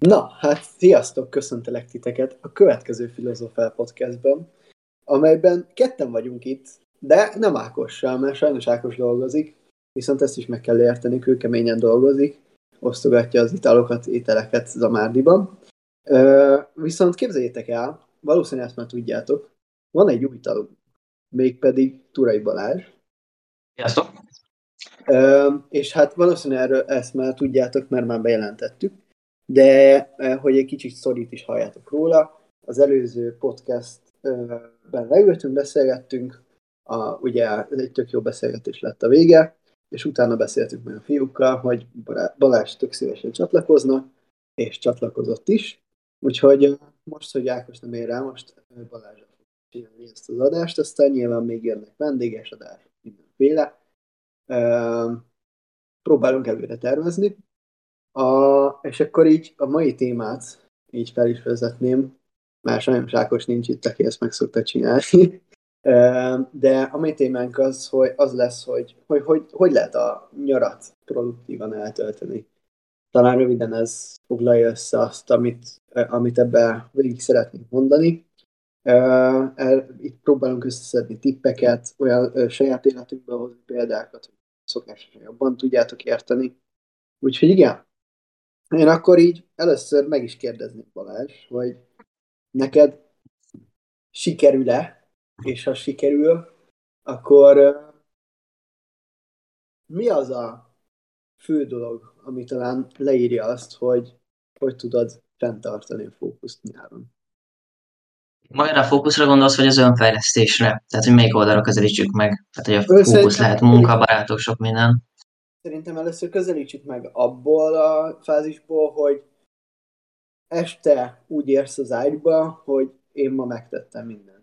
Na, hát sziasztok, köszöntelek titeket a következő Filozofál podcastban, amelyben ketten vagyunk itt, de nem Ákossal, mert sajnos Ákos dolgozik, viszont ezt is meg kell érteni, kőkeményen dolgozik, osztogatja az italokat, ételeket Zamárdiban. Viszont képzeljétek el, valószínűleg ezt már tudjátok, van egy új italunk, mégpedig Turai Balázs. Sziasztok! És hát valószínűleg ezt már tudjátok, mert már bejelentettük, de hogy egy kicsit szorít is halljátok róla, az előző podcastben leültünk, beszélgettünk, ugye ez egy tök jó beszélgetés lett a vége, és utána beszéltünk meg a fiúkkal, hogy Balázs tök szívesen csatlakozna, és csatlakozott is, úgyhogy most, hogy Ákos nem ér rá, most Balázsra fog csinálni ezt az adást, aztán nyilván még jönnek vendéges adások, mindenféle. Próbálunk előre tervezni. És akkor így a mai témát így fel is vezetném, már sajnos Ákos nincs itt, aki ezt meg szokta csinálni. De a mai témánk az lesz, hogy lehet a nyarat produktívan eltölteni. Talán röviden ez foglalja össze azt, amit ebbe végig szeretnénk mondani. Itt próbálunk összeszedni tippeket, olyan saját életünkből hozni példákat, hogy szokásosan jobban tudjátok érteni. Úgyhogy igen, én akkor így először meg is kérdezném Balázs, hogy neked sikerül-e, és ha sikerül, akkor mi az a fő dolog, ami talán leírja azt, hogy tudod fenntartani a fókuszt nyáron? Magára a fókuszra gondolsz, vagy az önfejlesztésre? Tehát, hogy melyik oldalra közelítsük meg? Tehát, hogy a fókusz Szerintem lehet munka, barátok, sok minden. Szerintem először közelítsük meg abból a fázisból, hogy este úgy érsz az ágyba, hogy én ma megtettem mindent.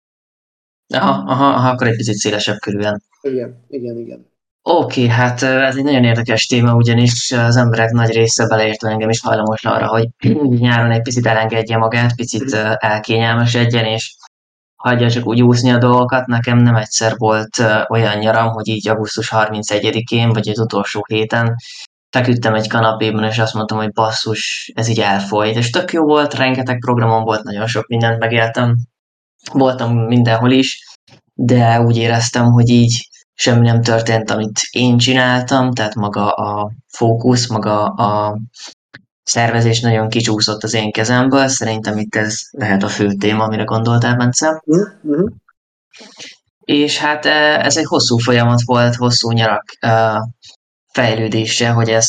Aha, akkor egy picit szélesebb körülön. Igen. Oké, hát ez egy nagyon érdekes téma, ugyanis az emberek nagy része, beleértve engem is hajlamos arra, hogy nyáron egy picit elengedje magát, picit elkényelmesedjen, és hagyja csak úgy úszni a dolgokat. Nekem nem egyszer volt olyan nyaram, hogy így augusztus 31-én, vagy az utolsó héten feküdtem egy kanapében, és azt mondtam, hogy basszus, ez így elfolyt. És tök jó volt, rengeteg programom volt, nagyon sok mindent megéltem. Voltam mindenhol is, de úgy éreztem, hogy így semmi nem történt, amit én csináltam, tehát maga a fókusz, maga a szervezés nagyon kicsúszott az én kezemből. Szerintem itt ez lehet a fő téma, amire gondoltál, Bence. Mm-hmm. És hát ez egy hosszú folyamat volt, hosszú nyarak fejlődése,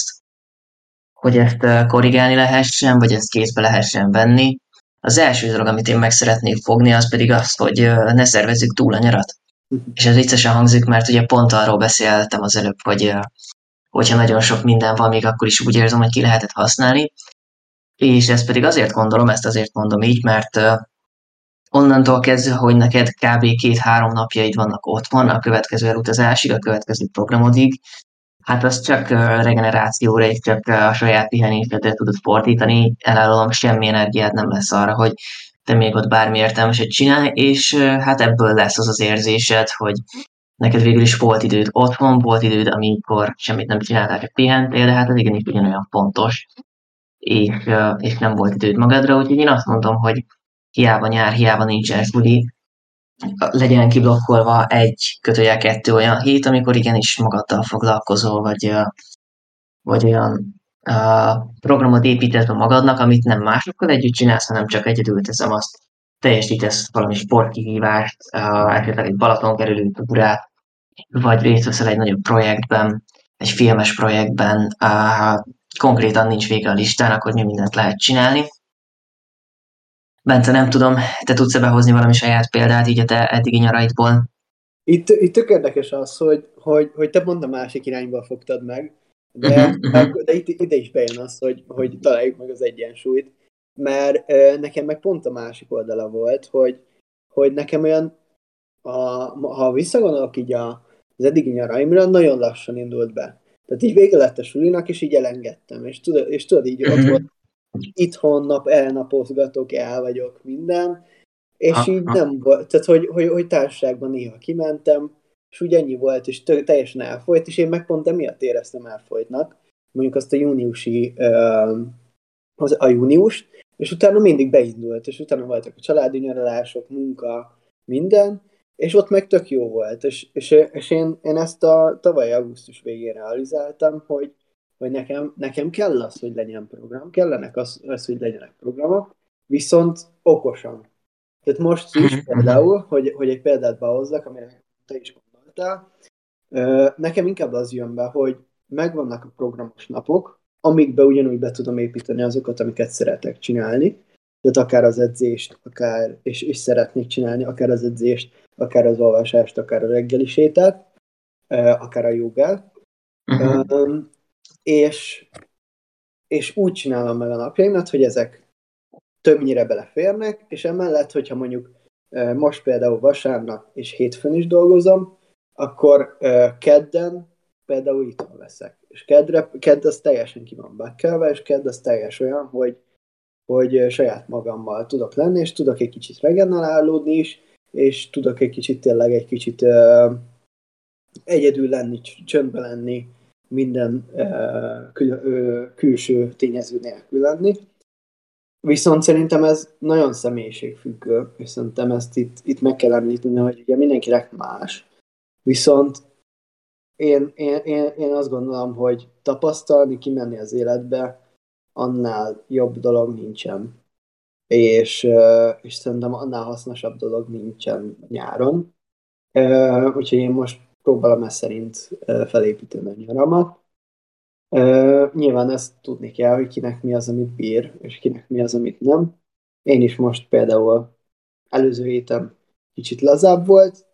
hogy ezt korrigálni lehessen, vagy ezt kézbe lehessen venni. Az első dolog, amit én meg szeretnék fogni, az pedig az, hogy ne szervezzük túl a nyarat. És ez viccesen hangzik, mert ugye pont arról beszéltem az előbb, hogy hogyha nagyon sok minden van, még akkor is úgy érzem, hogy ki lehetett használni. És ezt pedig azért gondolom, ezt azért mondom így, mert onnantól kezdve, hogy neked kb. 2-3 napjaid vannak otthon a következő elutazásig, a következő programodig, hát az csak regenerációra és csak a saját pihenésedre tudod fordítani, elállom, semmi energiád nem lesz arra, hogy te még ott bármi értelmeset csinálj, és hát ebből lesz az az érzésed, hogy neked végül is volt időd otthon, volt időd, amikor semmit nem csináltál, csak pihentél, de hát ez igenis ugyanolyan fontos, és nem volt időd magadra, úgyhogy én azt mondom, hogy hiába nyár, hiába nincsen suli, legyen kiblokkolva 1-2 olyan hét, amikor igenis magaddal foglalkozol, vagy olyan programot építesz be magadnak, amit nem másokkal együtt csinálsz, hanem csak egyedül teszem azt, teljesítesz valami sportkihívást, esetleg egy Balaton kerülő túrát, vagy részt veszel egy nagyobb projektben, egy filmes projektben, konkrétan nincs vége a listának, hogy mi mindent lehet csinálni. Bence, nem tudom, te tudsz-e behozni valami saját példát így a te eddigi nyaraidból? Itt tök érdekes az, hogy te pont a másik irányba fogtad meg, de itt ide is bejön az, hogy találjuk meg az egyensúlyt, mert nekem meg pont a másik oldala volt, hogy nekem olyan, ha visszagondolok így az eddigi nyaraimra, nagyon lassan indult be. Tehát így vége lett a sulinak, és így elengedtem, és tudod így ott volt, itthon elnapozgatok, el vagyok, minden, és így nem volt, tehát hogy társaságban néha kimentem, és úgy ennyi volt, és teljesen elfolyt, és én meg pont emiatt éreztem elfolytnak, mondjuk azt a júniusi a júniust, és utána mindig beindult, és utána voltak a családi nyaralások, munka, minden, és ott meg tök jó volt, és én ezt a tavaly augusztus végén realizáltam, hogy nekem kell az, hogy legyen program, kellenek az, hogy legyenek programok, viszont okosan. Tehát most is például, hogy egy példát behozzak, amire te is gondoltál, nekem inkább az jön be, hogy megvannak a programos napok, amikbe ugyanúgy be tudom építeni azokat, amiket szeretek csinálni, tehát akár az edzést, és szeretnék csinálni, akár az edzést, akár az olvasást, akár a reggeli sétát, akár a jogát, és, és úgy csinálom meg a napjaimat, hogy ezek többnyire beleférnek, és emellett, hogyha mondjuk most például vasárnap és hétfőn is dolgozom, akkor kedden például itthon leszek. És kedd az teljesen ki van bekkelve, és kedd az teljes olyan, hogy saját magammal tudok lenni, és tudok egy kicsit regenerálódni is, és tudok egy kicsit egyedül lenni, csöndben lenni, minden külső tényező nélkül lenni. Viszont szerintem ez nagyon személyiségfüggő, és szerintem ezt itt meg kell említeni, hogy ugye mindenkinek más, viszont én azt gondolom, hogy tapasztalni, kimenni az életbe, annál jobb dolog nincsen. És szerintem annál hasznosabb dolog nincsen nyáron. Úgyhogy én most próbálom ezt szerint felépíteni a nyaramat. Nyilván ezt tudni kell, hogy kinek mi az, amit bír, és kinek mi az, amit nem. Én is most például előző héten kicsit lazább volt,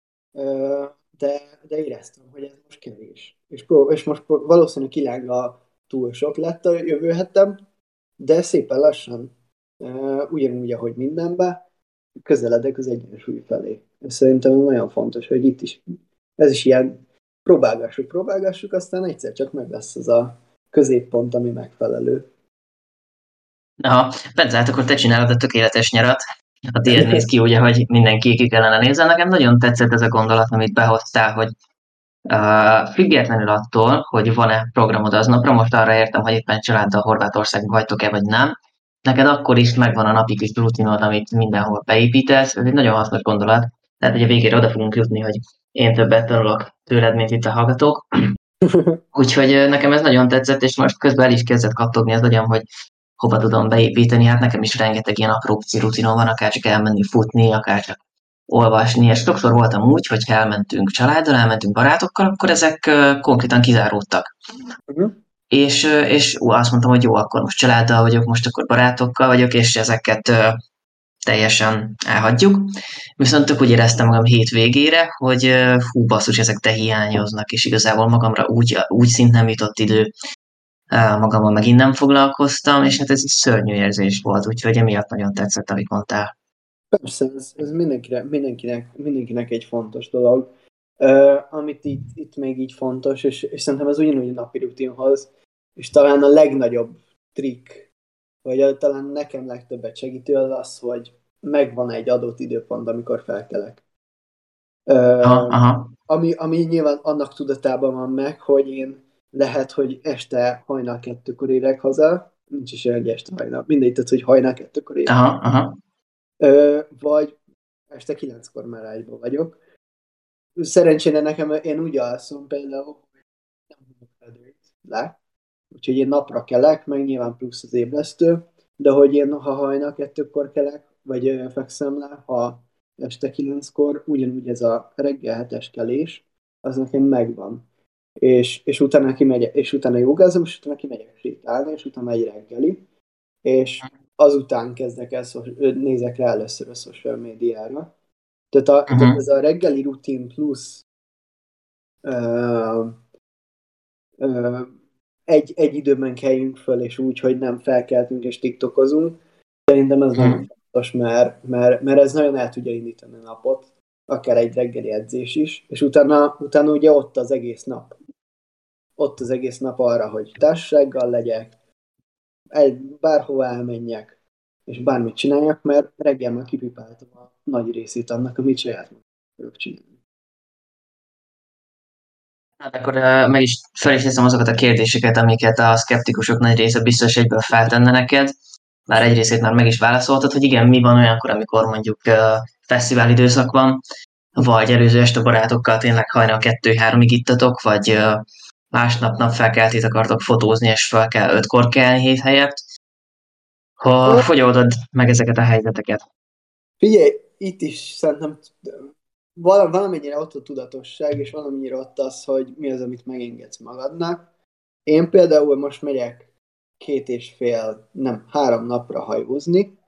de éreztem, hogy ez most kevés. És most valószínűleg kilága túl sok lett a jövő hetem, de szépen lassan, ugyanúgy, ahogy mindenben, közeledek az egyensúly felé. És szerintem nagyon fontos, hogy itt is, ez is ilyen próbálgassuk, aztán egyszer csak meg lesz az a középpont, ami megfelelő. Aha, Bence, hát akkor te csinálod a tökéletes nyarat. A tiéd néz ki ugye, hogy mindenki ki kellene nézzen. Nekem nagyon tetszett ez a gondolat, amit behoztál, hogy függetlenül attól, hogy van-e programod aznapra, most arra értem, hogy éppen családdal Horvátországban vagytok-e, vagy nem, neked akkor is megvan a napi kis rutinod, amit mindenhol beépítesz. Ez egy nagyon hasznos gondolat. Tehát, hogy a végére oda fogunk jutni, hogy én többet tanulok tőled, mint itt a hallgatók. Úgyhogy nekem ez nagyon tetszett, és most közben el is kezdett kattogni az agyam, hogy hova tudom beépíteni. Hát nekem is rengeteg ilyen apró pici rutinom van, akár csak elmenni futni, akár csak olvasni, és sokszor voltam úgy, hogy ha elmentünk családdal, elmentünk barátokkal, akkor ezek konkrétan kizáródtak. És azt mondtam, hogy jó, akkor most családdal vagyok, most akkor barátokkal vagyok, és ezeket teljesen elhagyjuk. Viszont tök úgy éreztem magam hétvégére, hogy hú basszus, ezek te hiányoznak, és igazából magamra úgy szint nem jutott idő, magammal megint nem foglalkoztam, és hát ez egy szörnyű érzés volt, úgyhogy emiatt nagyon tetszett, amit mondtál. Persze, ez mindenkinek egy fontos dolog. Amit itt még így fontos, és szerintem ez ugyanúgy a napi rutinhoz, és talán a legnagyobb trikk, vagy talán nekem legtöbbet segítő az, hogy megvan egy adott időpont, amikor felkelek. Aha, aha. Ami nyilván annak tudatában van meg, hogy én lehet, hogy este hajnal 2-kor érek haza, nincs is olyan, hogy este hajnal, mindegy, tehát, hogy hajnal 2-kor érek, Aha, aha. vagy este 9-kor már ágyban vagyok. Szerencsére nekem, én úgy alszom például, hogy nem húzok fedőt le, úgyhogy én napra kelek, meg nyilván plusz az ébresztő, de hogy én ha hajnal 2-kor kelek, vagy fekszem le, ha este 9-kor, ugyanúgy ez a reggel 7-es kelés, az nekem megvan. És utána kimegyek, és utána jogázom, és utána kimegyek sétálni, és utána egy reggeli, és azután kezdek el, nézek rá először a social médiára. Tehát ez a reggeli rutin plusz ö, ö, egy időben keljünk föl, és úgy, hogy nem felkeltünk és tiktokozunk. Szerintem ez nagyon fontos, mert ez nagyon el tudja indítani a napot, akár egy reggeli edzés is, és utána ugye ott az egész nap. Ott az egész nap arra, hogy társasággal legyek, bárhova elmenjek, és bármit csináljak, mert reggel már kipipáltam a nagy részét annak, amit saját magam akarok csinálni. Hát akkor meg is fel is teszem azokat a kérdéseket, amiket a szkeptikusok nagy része biztos egyből feltenne neked. Bár egy részét már meg is válaszoltad, hogy igen, mi van olyankor, amikor mondjuk fesztivál időszak van, vagy előző este barátokkal tényleg hajnal 2-3-ig ittatok, vagy másnap napfelkeltét akartok fotózni, és fel kell 5-kor kelni hét helyett. Hogy oldod meg ezeket a helyzeteket? Figyelj, itt is szerintem valamennyire ott a tudatosság, és valamennyire ott az, hogy mi az, amit megengedsz magadnak. Én például most megyek 2,5, nem, 3 napra hajózni.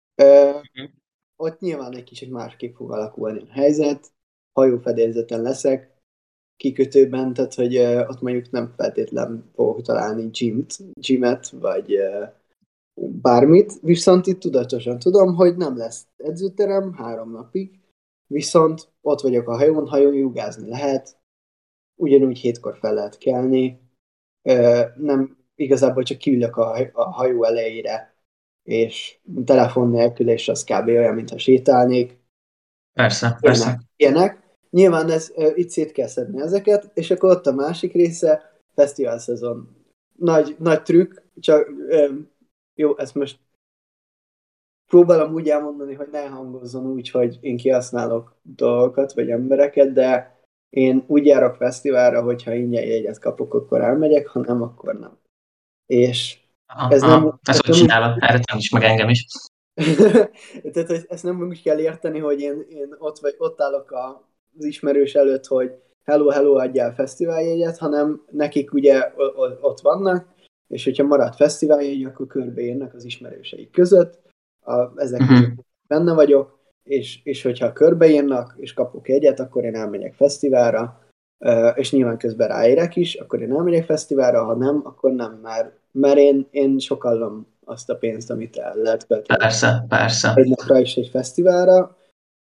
Ott nyilván egy kicsit másképp fog alakulni a helyzet. Hajófedélzeten leszek, kikötőben, tehát hogy ott mondjuk nem feltétlen fogok találni gymet, vagy bármit, viszont itt tudatosan tudom, hogy nem lesz edzőterem 3 napig, viszont ott vagyok a hajón jugázni lehet, ugyanúgy 7-kor fel lehet kelni, nem igazából csak kiülök a hajó elejére, és telefon nélkül, és az kb. Olyan, mintha sétálnék. Persze, Ilyenek. persze. Ilyenek. Nyilván itt szét kell szedni ezeket, és akkor ott a másik része, fesztivál szezon. Nagy trükk, csak jó, ezt most próbálom úgy elmondani, hogy ne hangozzon úgy, hogy én kihasználok dolgokat, vagy embereket, de én úgy járok fesztiválra, hogyha ingyen jegyet kapok, akkor elmegyek, ha nem, akkor nem. És ez nem... Ezt hogy csinálod? Erre taníts meg engem is. Tehát, hogy ezt nem úgy kell érteni, hogy én ott állok az ismerős előtt, hogy hello, adjál fesztiváljegyet, hanem nekik ugye ott vannak, és hogyha marad fesztiváljegy, akkor körbeérnek az ismerőseik között, ezek között benne vagyok, és hogyha körbeírnak, és kapok egyet, akkor én elmegyek fesztiválra, és nyilván közben ráérek is, akkor én elmegyek fesztiválra, ha nem, akkor nem, mert én sokallom azt a pénzt, amit el lehet költeni. Persze. Egy napra is egy fesztiválra.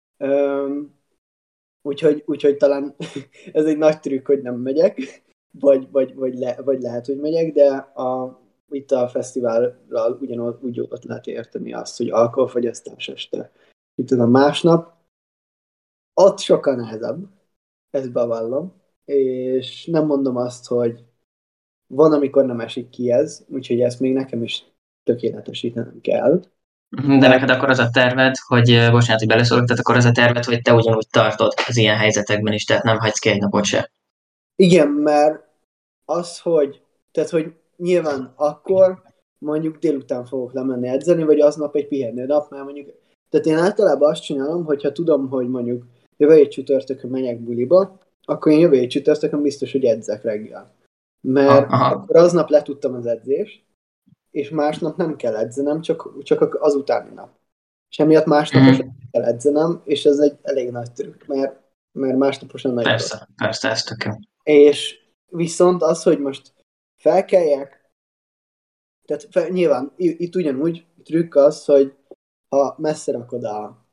Úgyhogy talán ez egy nagy trükk, hogy nem megyek, vagy lehet, hogy megyek, de itt a fesztivállal úgy ott lehet érteni azt, hogy alkoholfogyasztás este. Itt tudom, másnap, ott sokkal nehezebb, ezt bevallom, és nem mondom azt, hogy van, amikor nem esik ki ez, úgyhogy ezt még nekem is tökéletesítenem kell. De neked akkor az a terved, hogy, bocsánat, hogy beleszólok, tehát akkor az a terved, hogy te ugyanúgy tartod az ilyen helyzetekben is, tehát nem hagysz ki egy napot se. Igen, mert tehát, hogy nyilván akkor mondjuk délután fogok lemenni edzeni, vagy aznap egy pihenő nap, mert mondjuk, tehát én általában azt csinálom, hogyha tudom, hogy mondjuk jövő egy csütörtökön megyek buliba, akkor én jövő egy csütörtökön biztos, hogy edzek reggel. Mert akkor aznap letudtam az edzést, és másnap nem kell edzenem, csak az utáni nap. És emiatt másnaposan kell edzenem, és ez egy elég nagy trükk, mert másnaposan nagyon rossz. Persze, ez tök jó. És viszont az, hogy most felkeljek, tehát nyilván itt ugyanúgy trükk az, hogy ha messze rakod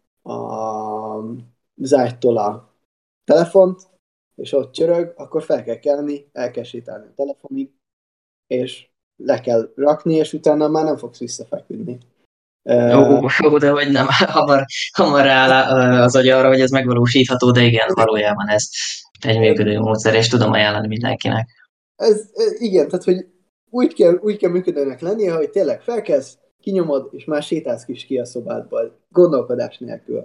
az ágytól a telefont, és ott csörög, akkor fel kell kelni, el kell sétálni a telefonig, és le kell rakni, és utána már nem fogsz visszafeküdni. De hogy nem, hamar áll az agy arra, hogy ez megvalósítható, de igen, valójában ez egy működő módszer, és tudom ajánlani mindenkinek. Igen, tehát hogy úgy kell működőnek lennie, hogy tényleg felkelsz, kinyomod, és már sétálsz is ki a szobádból, gondolkodás nélkül.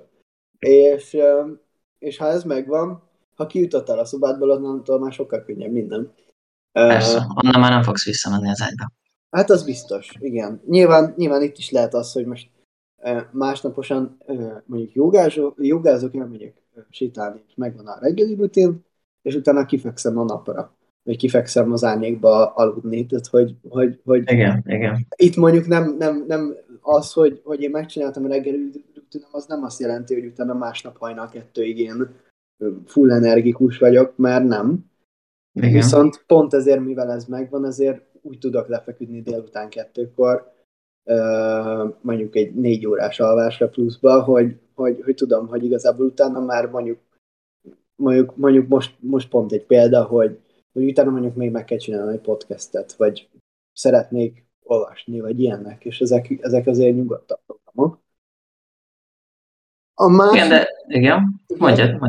És ha ez megvan, ha kijutottál a szobádból, onnantól már sokkal könnyebb minden. Persze, onnan már nem fogsz visszamenni az ágyba. Hát az biztos, igen. Nyilván itt is lehet az, hogy most másnaposan mondjuk jogázok, elmegyek sétálni, és megvan a reggeli rutin, és utána kifekszem a napra, vagy kifekszem az árnyékba aludni. Tehát, hogy Igen. itt mondjuk nem az, hogy én megcsináltam a reggeli rutinom, az nem azt jelenti, hogy utána másnap hajnal 2-ig én full energikus vagyok, mert nem. Igen. Viszont pont ezért, mivel ez megvan, ezért úgy tudok lefeküdni délután 2-kor, mondjuk egy 4 órás alvásra pluszba, hogy tudom, hogy igazából utána már mondjuk most pont egy példa, hogy utána mondjuk még meg kell csinálni egy podcastet, vagy szeretnék olvasni, vagy ilyenek, és ezek azért nyugodtabb programok. Igen, mondjad.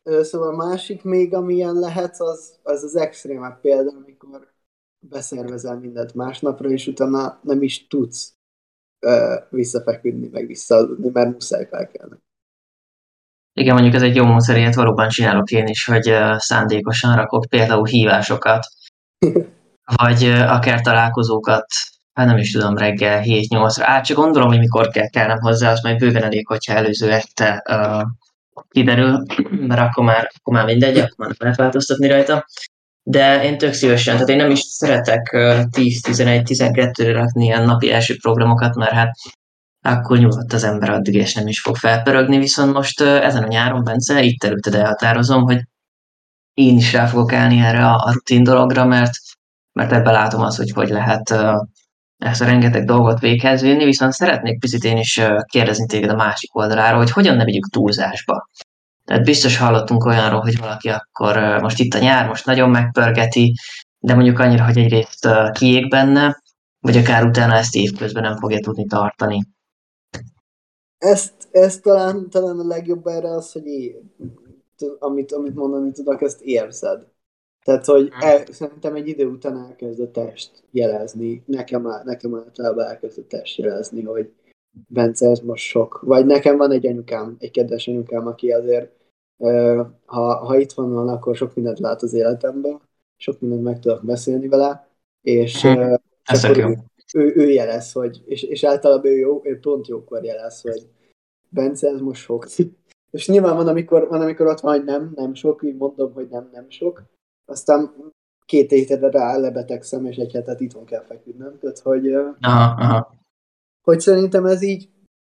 Szóval a másik még, amilyen lehet, az extrémebb példa, amikor beszervezel mindent másnapra, és utána nem is tudsz visszafeküdni, meg visszaaludni, mert muszáj felkelni. Igen, mondjuk ez egy jó módszer, ilyet valóban csinálok én is, hogy szándékosan rakok például hívásokat, vagy akár találkozókat, hát nem is tudom, reggel 7-8-ra. Csak gondolom, hogy mikor kell kelnem hozzá, az majd bőven elég, hogyha előző este kiderül, mert akkor már mindegy, akkor már nem lehet változtatni rajta. De én tök szívesen, tehát én nem is szeretek 10-11-12-re rakni ilyen napi első programokat, mert hát akkor nyugodt az ember addig, és nem is fog felpörögni, viszont most ezen a nyáron, Bence, itt előtted elhatározom, hogy én is rá fogok állni erre a rutin dologra, mert ebben látom azt, hogy lehet ezt a rengeteg dolgot véghez vinni, viszont szeretnék picit én is kérdezni téged a másik oldaláról, hogy hogyan ne vigyük túlzásba. Tehát biztos hallottunk olyanról, hogy valaki akkor most itt a nyár, most nagyon megpörgeti, de mondjuk annyira, hogy egyrészt kiég benne, vagy akár utána ezt évközben nem fogja tudni tartani. Ezt talán a legjobb erre az, hogy amit mondani tudok, ezt érzed. Tehát, hogy szerintem egy idő után elkezd a test jelezni, nekem általában elkezd a test jelezni, hogy Bence, ez most sok. Vagy nekem van egy anyukám, egy kedves anyukám, aki azért, ha itt van, akkor sok mindent lát az életemben, sok mindent meg tudok beszélni vele, és, Mhm. és Ez tök akkor jó. ő jelez, és általában ő pont jókor jelez, hogy Bence, ez most sok. És nyilván van, amikor ott van, hogy nem sok, így mondom, hogy nem sok. Aztán 2 hétre rá lebetegszem, és egy hetet itthon kell feküdnöm. Tehát, Aha, aha. hogy szerintem ez így,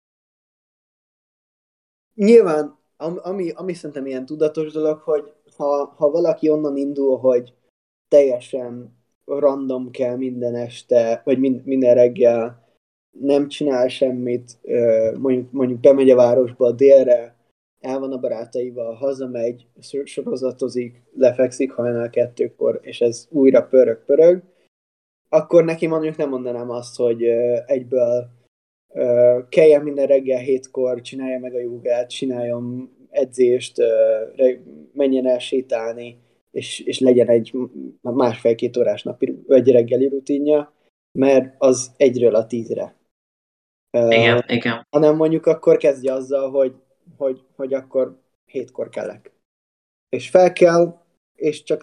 nyilván, ami szerintem ilyen tudatos dolog, hogy ha valaki onnan indul, hogy teljesen random kell minden este, vagy minden reggel, nem csinál semmit, mondjuk bemegy a városba délre, el van a barátaival, hazamegy, sorozatozik, lefekszik hajnal 2-kor, és ez újra pörög, akkor neki mondjuk nem mondanám azt, hogy egyből keljen minden reggel 7-kor, csinálja meg a jogát, csináljon edzést, menjen el sétálni, és legyen egy 1,5-2 órás napi vagy reggeli rutinja, mert az 1-ről 10-re. Igen, igen. Hanem mondjuk akkor kezdje azzal, hogy akkor 7-kor kelek. És fel kell, és csak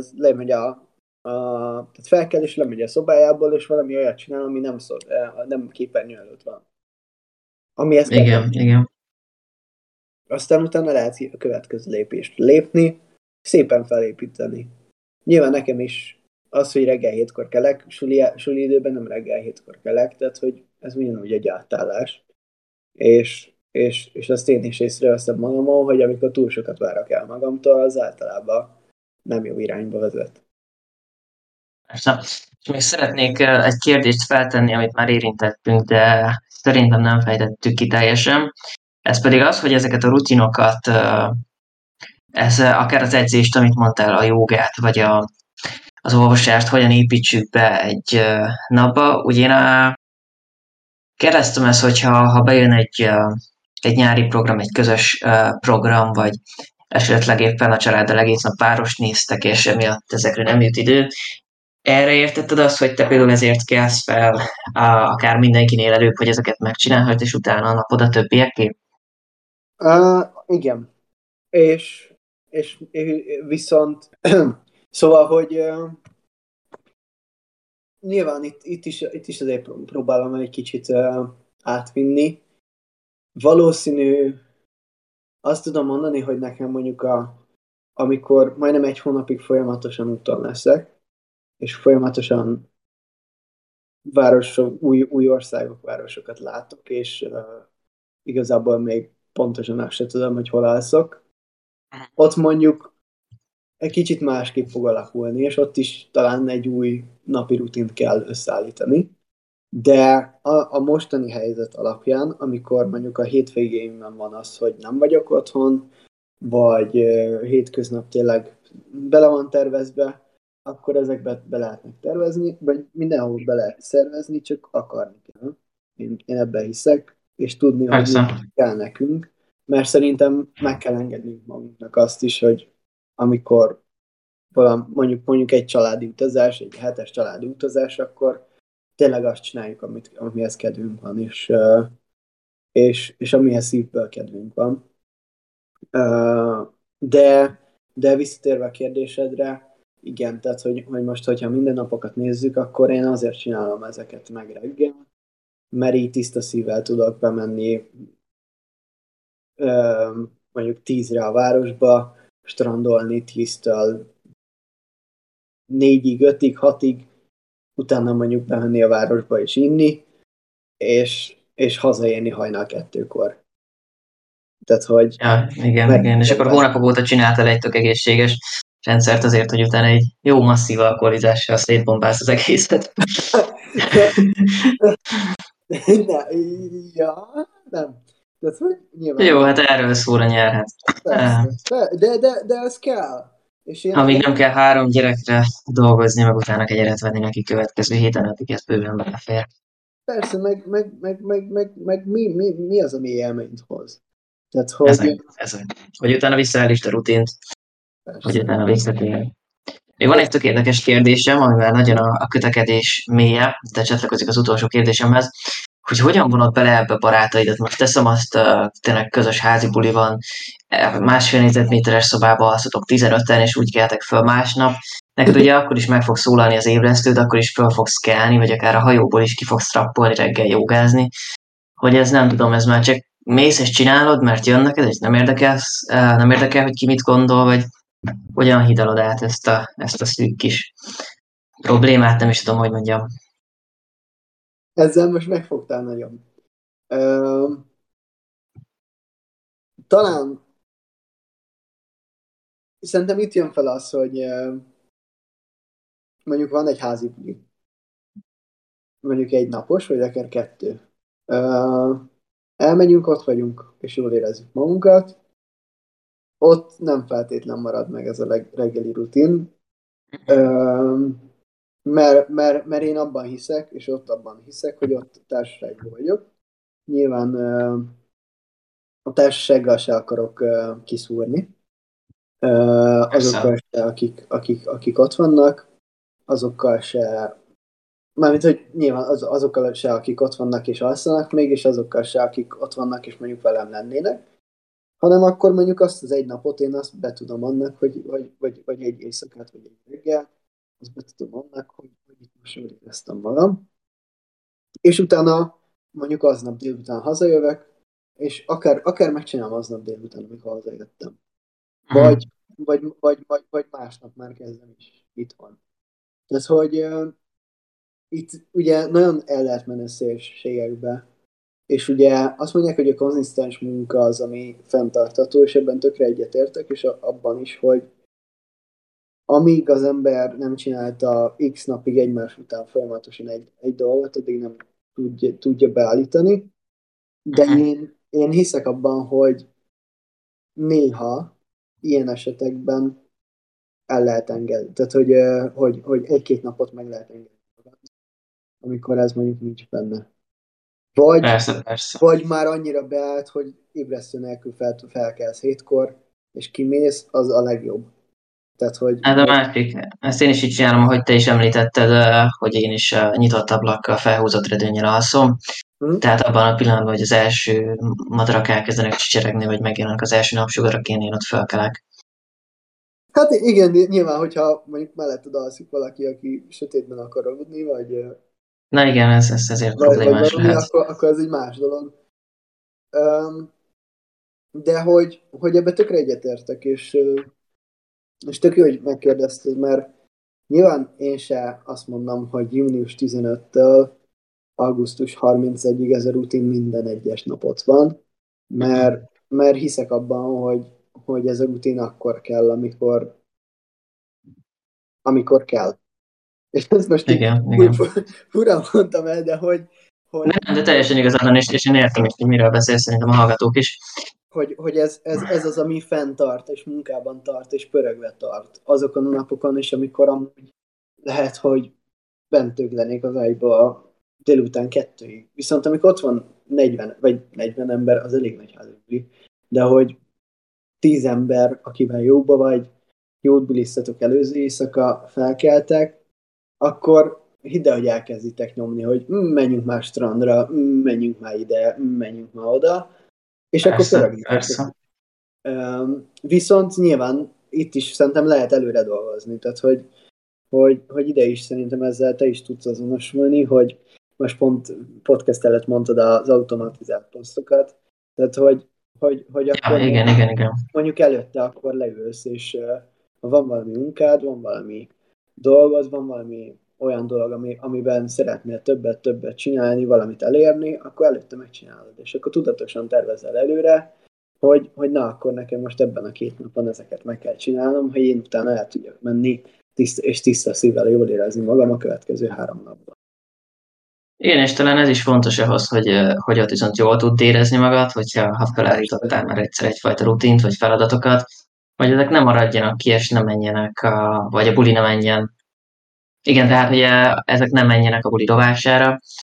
tehát fel kell, és lemegy a szobájából, és valami olyat csinál, ami nem képernyő előtt van. Amihez kell. Igen, igen. Aztán utána lehet a következő lépést lépni, szépen felépíteni. Nyilván nekem is az, hogy reggel 7-kor kelek, suli időben nem reggel 7-kor kelek, tehát hogy ez ugyanúgy egy átállás. És azt én is észreveszem magamon, hogy amikor túl sokat várok el magamtól, az általában nem jó irányba vezet. Persze. És még szeretnék egy kérdést feltenni, amit már érintettünk, de szerintem nem fejtettük ki teljesen. Ez pedig az, hogy ezeket a rutinokat, ez akár az edzést, amit mondtál, a jogát, vagy az olvasást, hogyan építsük be egy napba. Ugye én kérdeztem ezt, hogyha bejön egy nyári program, egy közös program, vagy esetleg éppen a családdal egész nap páros néztek, és emiatt ezekre nem jut idő. Erre értetted azt, hogy te például ezért kelsz fel, akár mindenkinél előbb, hogy ezeket megcsinálhat, és utána a napod a többieké? Igen. És viszont szóval, hogy nyilván itt is azért próbálom egy kicsit átvinni. Valószínű, azt tudom mondani, hogy nekem mondjuk amikor majdnem 1 hónapig folyamatosan úton leszek, és folyamatosan új országok, városokat látok, és igazából még pontosan azt se tudom, hogy hol alszok. Ott mondjuk egy kicsit másképp fog alakulni, és ott is talán egy új napi rutint kell összeállítani. De a mostani helyzet alapján, amikor mondjuk a hétvégéimben van az, hogy nem vagyok otthon, vagy hétköznap tényleg bele van tervezve, akkor ezekbe be lehetnek tervezni, vagy mindenhol be lehet szervezni, csak akarni kell. Én ebben hiszek, és tudni, hogy mi Persze. kell nekünk. Mert szerintem meg kell engednünk magunknak azt is, hogy amikor mondjuk egy családi utazás, egy hetes családi utazás, akkor tényleg azt csináljuk, amihez kedvünk van, és amihez szívből kedvünk van. De, de visszatérve a kérdésedre, igen, tehát hogy most, hogyha minden napokat nézzük, akkor én azért csinálom ezeket meg reggel, mert így tiszta szívvel tudok bemenni mondjuk 10-re a városba, strandolni 10-től 4-ig, 5-ig, 6-ig, utána mondjuk bemenni a városba és inni, és hazaérni hajnal 2-kor. Tehát, hogy Ja, igen, meg igen. És tudok akkor benne. hónapok óta csináltad egy tök egészséges rendszert azért, hogy utána egy jó masszív alkoholizással szétbombálsz az egészet. Ne, ja, nem. Tehát, hogy nyilván Jó, nem. hát erről szól a nyár, hát. Persze. De ez kell. És Amíg én nem kell 3 gyerekre dolgozni, meg utána kegyeret venni neki következő héten, addig ez bőven belefér. persze, meg mi az, ami élményt hoz. Tehát, Ez hogy meg, ez meg. Hogy utána visszaállítsd a rutint, hogy persze. utána visszatérjen. Még van Ez, egy tök érdekes kérdésem, amivel nagyon a kötekedés mélye, de csatlakozik az utolsó kérdésemhez, hogy hogyan vonod bele ebbe barátaidat. Most teszem azt, tényleg közös házi buli van, 1,5 négyzetméteres szobába alszotok 15-en, és úgy keltek föl másnap. Neked ugye akkor is meg fog szólalni az ébresztőd, akkor is föl fogsz kelni, vagy akár a hajóból is ki fogsz trappolni reggel jogázni, hogy ez nem tudom, ez már csak mész és csinálod, mert jön neked, és nem érdekel, hogy ki mit gondol, vagy hogyan hidalod át ezt a szűk kis problémát, nem is tudom, hogy mondjam. ezzel most megfogtál nagyon. Ö, talán szerintem itt jön fel az, hogy mondjuk van egy házi buli. Mondjuk egy napos, vagy akár 2. Ö, elmegyünk, ott vagyunk, és jól érezzük magunkat. Ott nem feltétlen marad meg ez a reggeli rutin. Ö, mert én abban hiszek, és ott abban hiszek, hogy ott társaságban vagyok. Nyilván a társasággal se akarok kiszúrni. Persze. Azokkal se, akik ott vannak, azokkal se, mármint, hogy nyilván azokkal se, akik ott vannak és alszanak még, és azokkal se, akik ott vannak és mondjuk velem lennének, hanem akkor mondjuk azt az egy napot én azt betudom annak, vagy egy éjszakát, vagy egy reggel, azt betudom annak, hogy itt most jól éreztem magam. És utána mondjuk aznap délután hazajövök, és akár megcsinálom aznap délután, amikor hazajöttem. Mhm. Vagy másnap már kezdem is itthon. Tehát, hogy itt ugye nagyon el lehet menni a szélsségekbe, és ugye azt mondják, hogy a konzisztens munka az, ami fenntartható, és ebben tökre egyetértek, és abban is, hogy amíg az ember nem csinálta x napig egymás után folyamatosan egy dolgot, addig nem tudja beállítani, de Mhm. én hiszek abban, hogy néha ilyen esetekben el lehet engedni. Tehát, hogy egy-két napot meg lehet engedni, amikor ez mondjuk nincs benne. Vagy, Persze, persze. vagy már annyira beállt, hogy ébresztő nélkül felkelsz 7-kor, és kimész, az a legjobb. Tehát, Hát a másik, ezt én is így csinálom, ahogy te is említetted, hogy én is nyitott ablakkal, felhúzott redőnnyel alszom. hm? Tehát abban a pillanatban, hogy az első madarak elkezdenek csicseregni, vagy megjelennek az első napsugarak, én ott felkelek. Hát igen, nyilván, hogyha mondjuk melletted alszik valaki, aki sötétben akar aludni, Na igen, ez ezért vagy problémás valami, lehet. akkor ez egy más dolog. De hogy ebbe tökre egyetértek, és tök jó, hogy megkérdezted, mert nyilván én se azt mondom, hogy június 15-től augusztus 31-ig ez a rutin minden egyes napot van, Mhm. mert hiszek abban, hogy ez a rutin akkor kell, amikor kell. És ezt most így Igen, igen. fura mondtam el, de hogy, Nem, de teljesen igazad van, és én értem is, hogy miről beszélsz, szerintem a hallgatók is. hogy ez az, ami fenntart, és munkában tart, és pörögve tart. Azokon a napokon is, amikor amúgy lehet, hogy bent lennék az ágyba délután 2-ig. Viszont amikor ott van 40, vagy 40 ember, az elég nagy házbuli. de hogy 10 ember, akivel jóba vagy, jót bulisztatok előző éjszaka, felkeltek, akkor hidd el, hogy elkezditek nyomni, hogy menjünk már strandra, menjünk már ide, menjünk már oda, és akkor Persze, pörögnétek. persze. Viszont nyilván itt is szerintem lehet előre dolgozni, tehát hogy ide is szerintem ezzel te is tudsz azonosulni, hogy most pont podcast előtt mondtad az automatizált posztokat, tehát hogy Ja, akkor igen. mondjuk előtte akkor leülsz, és ha van valami munkád, van valami dolgod, van valami olyan dolog, amiben szeretnél többet csinálni, valamit elérni, akkor előtte megcsinálod, és akkor tudatosan tervezel előre, hogy na, akkor nekem most ebben a 2 napon ezeket meg kell csinálnom, hogy én utána el tudjak menni, és tiszta szívvel jól érezni magam a következő 3 napban. Igen, és talán ez is fontos ahhoz, hogy ott viszont jól tud érezni magad, ha felállítottál már egyszer egyfajta rutint, vagy feladatokat, hogy ezek nem maradjanak ki, és ne menjenek, vagy a buli ne menjen. Igen, tehát ugye ezek nem menjenek a buli rovására,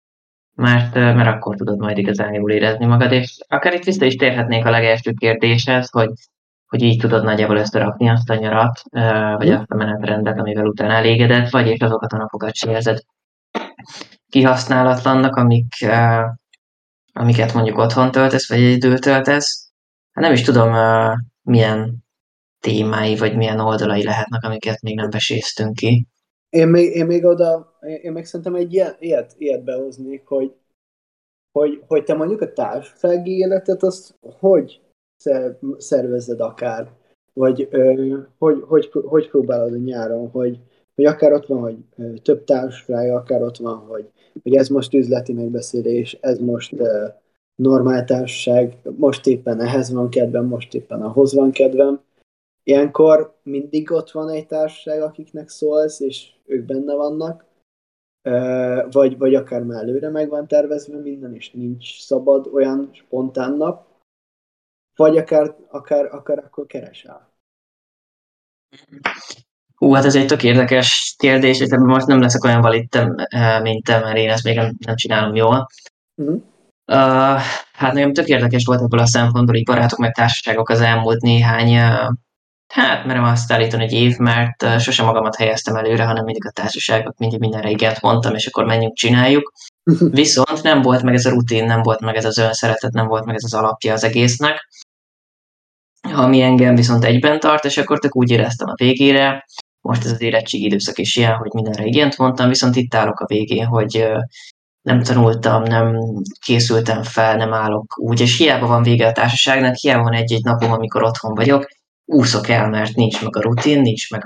mert akkor tudod majd igazán jól érezni magad, és akár itt vissza is térhetnénk a legelső kérdéshez, hogy így tudod nagyjából összerakni azt a nyarat, vagy Mhm. azt a menetrendet, amivel utána elégedett vagy, és azokat a napokat se érzed kihasználatlannak, amiket mondjuk otthon töltesz, vagy egyedül töltesz. Hát nem is tudom, milyen témái, vagy milyen oldalai lehetnek, amiket még nem veséztünk ki. Én még szerintem egy ilyet behoznék, hogy te mondjuk a társasági életet azt hogy szervezed akár, vagy hogy próbálod a nyáron, hogy akár ott van, hogy több társaság, akár ott van, hogy ez most üzleti megbeszélés, ez most normál társaság, most éppen ehhez van kedvem, most éppen ahhoz van kedvem. Ilyenkor mindig ott van egy társaság, akiknek szólsz, és ők benne vannak, vagy akár már előre meg van tervezve minden, és nincs szabad olyan spontán nap, vagy akár akkor keresel. Hú, hát ez egy tök érdekes kérdés, és ebben most nem leszek olyan valid, mint te, mert én ezt még nem csinálom jól. Uh-huh. Hát nekem tök érdekes volt ebből a szempontból, így barátok meg társaságok az elmúlt néhány, hát merem azt állítani, egy év, mert sosem magamat helyeztem előre, hanem mindig a társaságot, mindig mindenre igent mondtam, és akkor menjünk, csináljuk. Viszont nem volt meg ez a rutin, nem volt meg ez az önszeretet, nem volt meg ez az alapja az egésznek, ami engem viszont egyben tart, és akkor tök úgy éreztem a végére, most ez az érettségi időszak is ilyen, hogy mindenre igent mondtam, viszont itt állok a végén, hogy nem tanultam, nem készültem fel, nem állok úgy, és hiába van vége a társaságnak, hiába van egy-egy napom, amikor otthon vagyok, úszok el, mert nincs meg a rutin,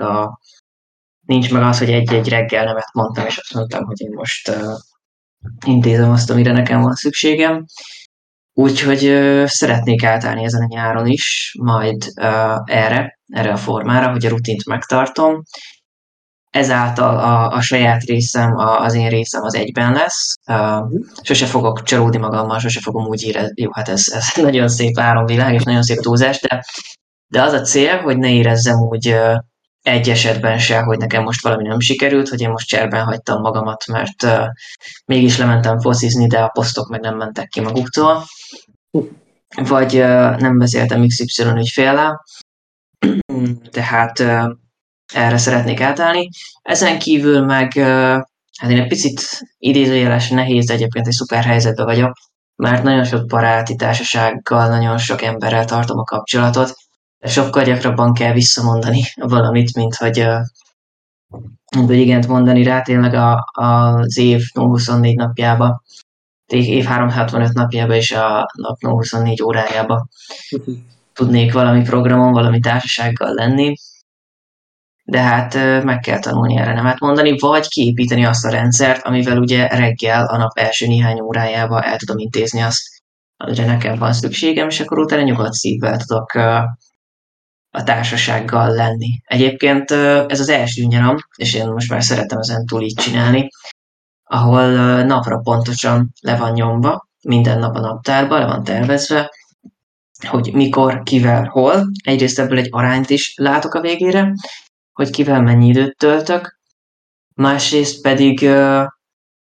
nincs meg az, hogy egy-egy reggel nemet mondtam, és azt mondtam, hogy én most intézem azt, amire nekem van szükségem. Úgyhogy szeretnék átállni ezen a nyáron is, majd erre a formára, hogy a rutint megtartom. Ezáltal a saját részem, az én részem az egyben lesz. Sose fogok csalódni magammal, sose fogom úgy érezni, jó, hát ez nagyon szép álomvilág, és nagyon szép túlzás, de az a cél, hogy ne érezzem úgy egy esetben se, hogy nekem most valami nem sikerült, hogy én most cserben hagytam magamat, mert mégis lementem focizni, de a posztok meg nem mentek ki maguktól, vagy nem beszéltem XY ügyféllel, tehát erre szeretnék átállni. Ezen kívül meg, hát én egy picit idézőjeles nehéz, de egyébként egy szuper helyzetben vagyok, mert nagyon sok baráti társasággal, nagyon sok emberrel tartom a kapcsolatot, de sokkal gyakrabban kell visszamondani valamit, mint hogy igent mondani rá, tényleg az év 24 napjába, év 365 napjába és a nap 24 órájába tudnék valami programon, valami társasággal lenni, de hát meg kell tanulni erre nemet mondani, vagy kiépíteni azt a rendszert, amivel ugye reggel a nap első néhány órájába el tudom intézni azt, amire nekem van szükségem, és akkor utána nyugodt szívvel tudok a társasággal lenni. Egyébként ez az első nyaram, és én most már szeretem ezen túl így csinálni, ahol napra pontosan le van nyomva, minden nap a naptárban, le van tervezve, hogy mikor, kivel, hol. Egyrészt ebből egy arányt is látok a végére, hogy kivel mennyi időt töltök, másrészt pedig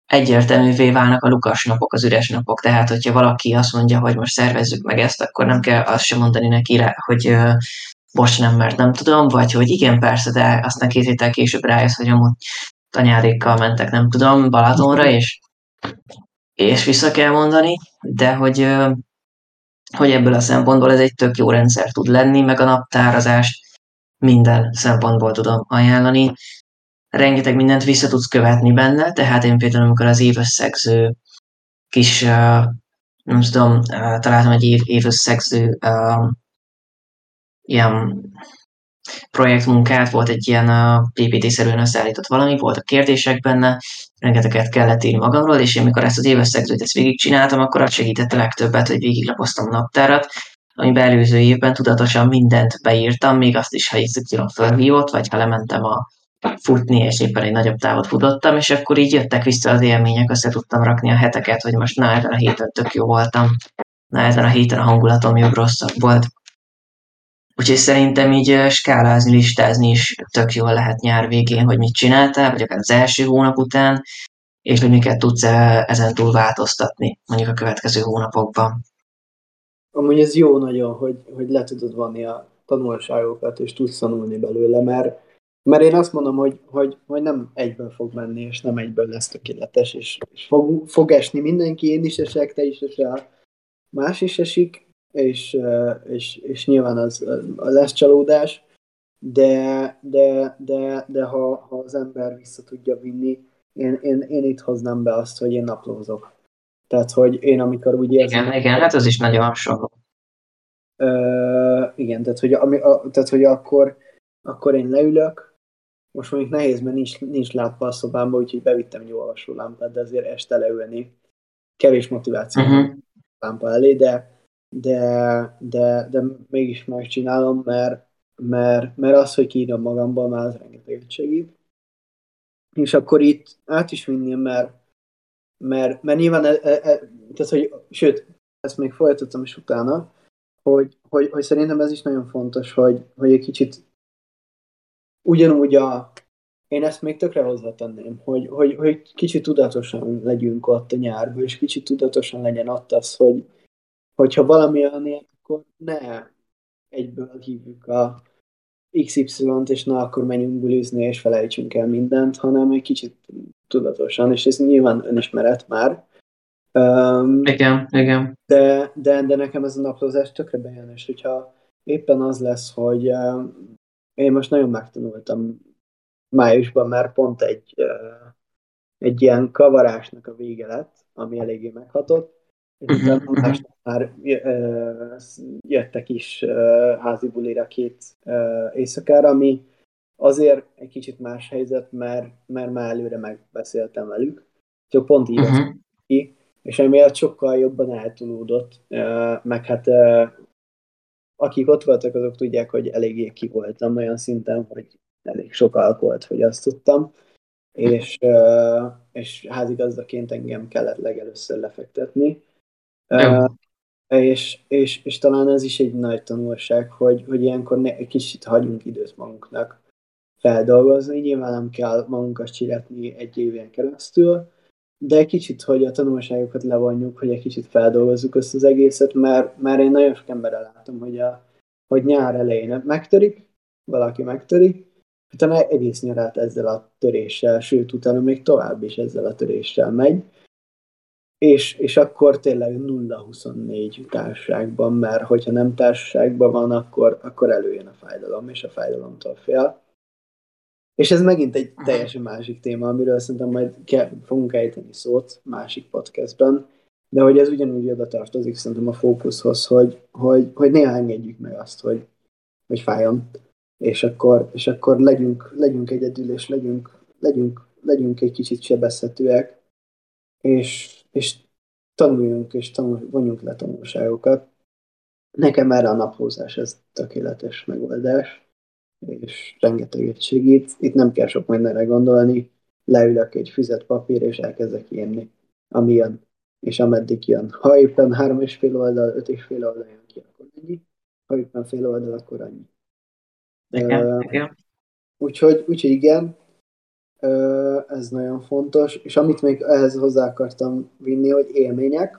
egyértelművé válnak a lukas napok, az üres napok. Tehát, hogyha valaki azt mondja, hogy most szervezzük meg ezt, akkor nem kell azt sem mondani neki rá, hogy most nem, mert nem tudom, vagy hogy igen, persze, de aztán 2 héttel később rájössz, hogy amúgy anyádékkal mentek, nem tudom, Balatonra, és vissza kell mondani, de hogy ebből a szempontból ez egy tök jó rendszer tud lenni, meg a naptárazást minden szempontból tudom ajánlani. Rengeteg mindent vissza tudsz követni benne, tehát én például, amikor az évösszegző kis, nem tudom, találtam egy évösszegző ilyen projektmunkát, volt egy ilyen PPT-szerűen összeállított valami, voltak kérdések benne, rengeteget kellett írni magamról, és én mikor ezt az évösszegzőt ezt végigcsináltam, akkor az segített a legtöbbet, hogy végiglapoztam a naptárat, amiben előző évben tudatosan mindent beírtam, még azt is, ha így fölhívott, vagy ha lementem futni, és éppen egy nagyobb távot futottam, és akkor így jöttek vissza az élmények, össze tudtam rakni a heteket, hogy most na, ezen a héten tök jó voltam, na, ezen a héten a hangulatom jobb rosszabb volt. Úgyhogy szerintem így skálázni, listázni is tök jól lehet nyár végén, hogy mit csináltál, vagy akár az első hónap után, és hogy miket tudsz ezen túl változtatni, mondjuk a következő hónapokban. Amúgy ez jó nagyon, hogy le tudod vonni a tanulságokat, és tudsz tanulni belőle, mert én azt mondom, hogy nem egyből fog menni, és nem egyből lesz tökéletes, és fog esni mindenki, én is esek, te is esel, más is esik, és nyilván az lesz csalódás, de ha az ember vissza tudja vinni, én itt hoznám be azt, hogy én naplózok. Tehát, hogy én amikor úgy érzem... Igen, hát az is nagyon hasonló. Igen, tehát, hogy akkor én leülök, most mondjuk nehéz, mert nincs lámpa a szobámban, úgyhogy bevittem egy olvasó lámpát, de azért este leülni. Kevés motiváció van a lámpa elé, de mégis megcsinálom, mert az, hogy kiírom magamból, már az rengeteget segít. És akkor itt át is vinném, mert nyilván, tehát, hogy, sőt, ezt még folytattam is utána, hogy szerintem ez is nagyon fontos, hogy egy kicsit ugyanúgy én ezt még tökre hozzátenném, hogy kicsit tudatosan legyünk ott a nyárban, és kicsit tudatosan legyen ott az, hogyha valami olyan ilyen, akkor ne egyből hívjuk a XY-t, és na, akkor menjünk bulizni, és felejtsünk el mindent, hanem egy kicsit tudatosan, és ez nyilván önismeret már. Igen. De nekem ez a naplózás tökre bejön, és hogyha éppen az lesz, hogy én most nagyon megtanultam májusban, mert pont egy ilyen kavarásnak a vége lett, ami eléggé meghatott, és utána másnap már jöttek is házi bulira 2 éjszakára, ami azért egy kicsit más helyzet, mert már előre megbeszéltem velük, csak pont így ki, és emiatt sokkal jobban eltolódott, meg hát akik ott voltak, azok tudják, hogy eléggé ki voltam olyan szinten, hogy elég sok alkoholt fogyasztottam, és házigazdaként engem kellett legelőször lefektetni. És talán ez is egy nagy tanulság, hogy ilyenkor egy kicsit hagyunk időt magunknak feldolgozni. Nyilván nem kell magunkat csiretni egy éven keresztül, de egy kicsit, hogy a tanulságokat levonjuk, hogy egy kicsit feldolgozzuk ezt az egészet, mert én nagyon sok emberrel látom, hogy nyár elején megtörik, valaki megtörik, utána egész nyarát ezzel a töréssel, sőt, utána még tovább is ezzel a töréssel megy, és akkor tényleg 0-24 társaságban, mert hogyha nem társaságban van, akkor előjön a fájdalom, és a fájdalomtól fél. És ez megint egy teljesen másik téma, amiről szerintem majd fogunk ejteni szót másik podcastben, de hogy ez ugyanúgy oda tartozik szerintem a fókuszhoz, hogy néha engedjük meg azt, hogy fájjon, és akkor legyünk egyedül, és legyünk egy kicsit sebezhetőek, és tanuljunk, és vonjunk le tanulságokat. Nekem erre a naphúzás ez tökéletes megoldás, és rengeteget segít. Itt nem kell sok mindenre gondolni, leülök egy füzet papír, és elkezdek írni, ami jön, és ameddig jön. Ha éppen 3,5 oldal, 5,5 oldal jön ki, akkor ennyi. Ha éppen fél oldal, akkor annyi. Igen. Úgyhogy igen, Ez nagyon fontos, és amit még ehhez hozzá akartam vinni, hogy élmények.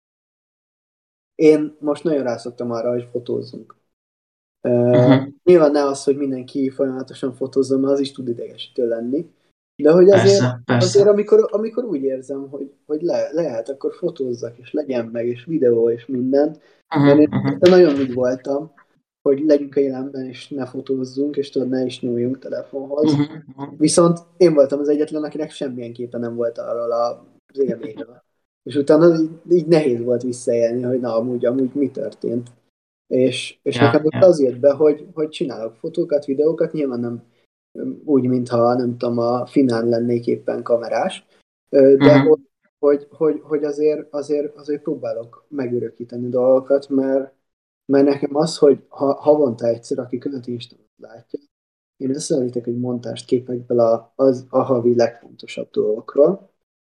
Én most nagyon rászoktam arra, hogy fotózzunk. Nyilván ne az, hogy mindenki folyamatosan fotózzon, mert az is tud idegesítő lenni. De hogy azért Persze. amikor úgy érzem, hogy lehet, akkor fotózzak, és legyen meg, és videó, és minden. Mert én nagyon úgy voltam, hogy legyünk a jelenben, és ne fotózzunk, és tudod, ne is nyúljunk telefonhoz. Viszont én voltam az egyetlen, akinek semmilyen képe nem volt arról az élményről. És utána így nehéz volt visszaélni, hogy na, amúgy mi történt. És nekem most az jött be, hogy csinálok fotókat, videókat, nyilván nem úgy, mintha nem tudom, a finán lennék éppen kamerás, de hogy azért próbálok megörökíteni dolgokat, mert nekem az, hogy havonta egyszer, aki követi Instagramot látja, én összeállítok egy montást képekből a havi legfontosabb dolgokról.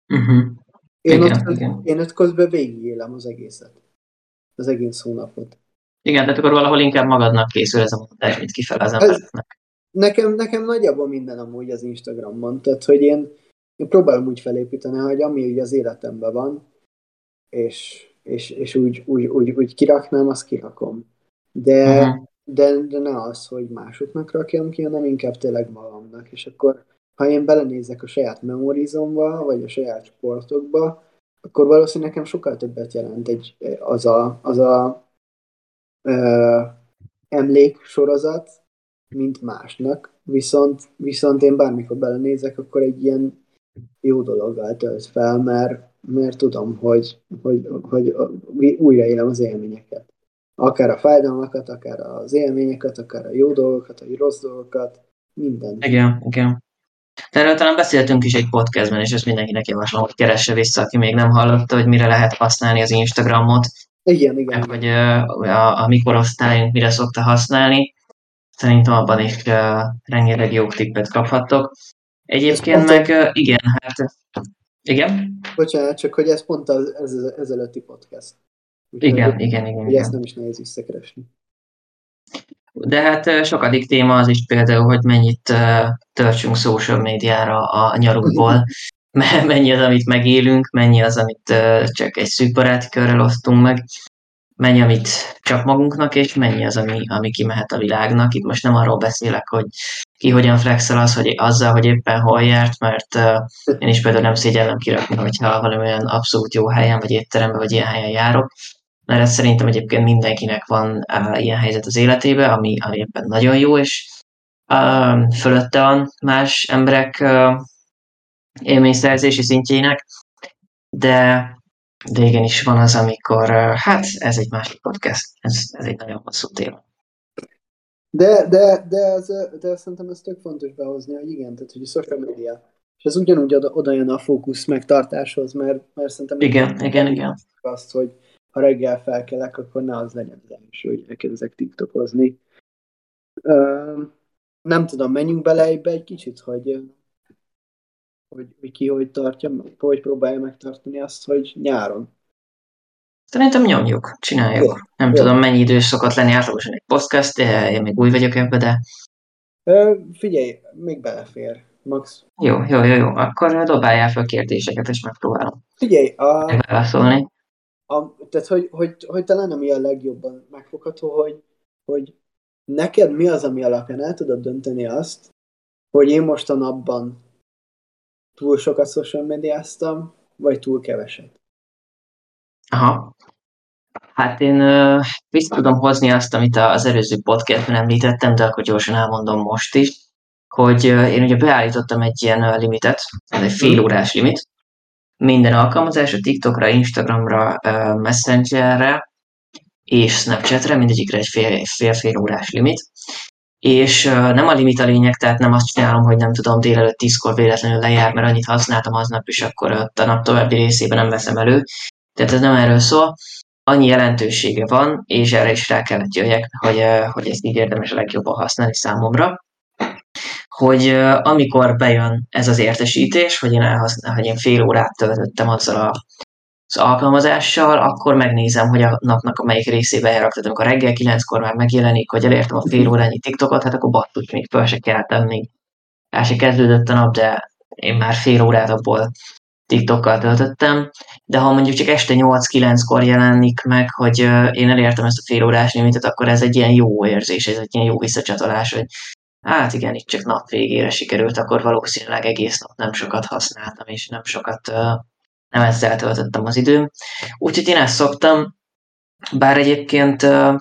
Én ott közben végigélem az egészet. Az egész hónapot. Igen, tehát akkor valahol inkább magadnak készül ez a montás, mint kifele az embereknek. Nekem nagyjából minden amúgy az Instagramon, tehát hogy én próbálom úgy felépíteni, hogy ami úgy az életemben van, és úgy kiraknám, azt kirakom. De ne az, hogy másoknak rakjam ki, hanem inkább tényleg magamnak. És akkor, ha én belenézek a saját memorizomba, vagy a saját sportokba, akkor valószínűleg nekem sokkal többet jelent az a emléksorozat, mint másnak. Viszont én bármikor belenézek, akkor egy ilyen jó dologgal tölt fel, mert tudom, hogy újraélem az élményeket. Akár a fájdalmakat, akár az élményeket, akár a jó dolgokat, a rossz dolgokat, mindent. Igen. De erről talán beszéltünk is egy podcastben, és ezt mindenkinek javaslom, hogy keresse vissza, aki még nem hallotta, hogy mire lehet használni az Instagramot. Igen. Meg hogy a mi korosztályunk mire szokta használni. Szerintem abban is rengeteg jó tippet kaphattok. Egyébként meg igen, hát igen. Bocsánat, csak hogy ez pont az ezelőtti podcast. Igen. Ezt nem is nehéz visszakeresni. De hát sokadik téma az is például, hogy mennyit töltsünk social médiára a nyarunkból, mennyi az, amit megélünk, mennyi az, amit csak egy szűk baráti körrel osztunk meg, mennyi, amit csak magunknak, és mennyi az, ami kimehet a világnak. Itt most nem arról beszélek, hogy ki hogyan flexel azzal, hogy éppen hol járt, mert én is például nem szégyellem kirakni, hogyha valamilyen abszolút jó helyen, vagy étteremben, vagy ilyen helyen járok, mert ez szerintem egyébként mindenkinek van ilyen helyzet az életében, ami éppen nagyon jó, és fölötte van más emberek élményszerzési szintjének, de igenis van az, amikor, hát ez egy másik podcast, ez egy nagyon hosszú téma. De szerintem ez tök fontos behozni, hogy igen, tehát hogy a social media, és ez ugyanúgy oda jön a fókusz megtartáshoz, mert szerintem Igen. azt, hogy ha reggel felkelek, akkor ne az legyen az első, hogy elkezdek tiktokozni. Nem tudom, menjünk bele ebbe egy kicsit, hogy ki hogy tartja, hogy próbálja megtartani azt, hogy nyáron. Szerintem nyomjuk, csináljuk. Nem tudom, mennyi idő szokott lenni átlagosan egy podcast, de én még új vagyok ebbe, de... Figyelj, még belefér, max. Jó. Akkor dobáljál fel kérdéseket, és megpróbálom Figyelj, megválaszolni. Tehát, hogy talán ami a legjobban megfogható, hogy neked mi az, ami alapján el tudod dönteni azt, hogy én most a napban túl sokat social mediáztam, vagy túl keveset? Aha. Hát én vissza tudom hozni azt, amit az előző podcastben említettem, de akkor gyorsan elmondom most is, hogy én ugye beállítottam egy ilyen limitet, ez egy fél órás limit, minden alkalmazás, a TikTokra, Instagramra, Messengerre és Snapchatre, mindegyikre egy fél órás limit. És nem a limit a lényeg, tehát nem azt csinálom, hogy nem tudom, délelőtt 10-kor véletlenül lejár, mert annyit használtam aznap, és akkor ott a nap további részében nem veszem elő. Tehát ez nem erről szól. Annyi jelentősége van, és erre is rá kellett jöjjek, hogy ezt így érdemes a legjobban használni számomra, hogy amikor bejön ez az értesítés, hogy én fél órát töltöttem azzal az alkalmazással, akkor megnézem, hogy a napnak a melyik részébe elrak. Tehát amikor reggel 9-kor már megjelenik, hogy elértem a fél órányi TikTokot, hát akkor basszus, még föl se keltem, még el se kezdődött a nap, de én már fél órát abból TikTokkal töltöttem, de ha mondjuk csak este 8-9-kor jelenik meg, hogy én elértem ezt a fél órás limitet, akkor ez egy ilyen jó érzés, ez egy ilyen jó visszacsatolás, hogy hát igen, itt csak nap végére sikerült, akkor valószínűleg egész nap nem sokat használtam, és nem ezzel töltöttem az időm. Úgyhogy én ezt szoktam, bár egyébként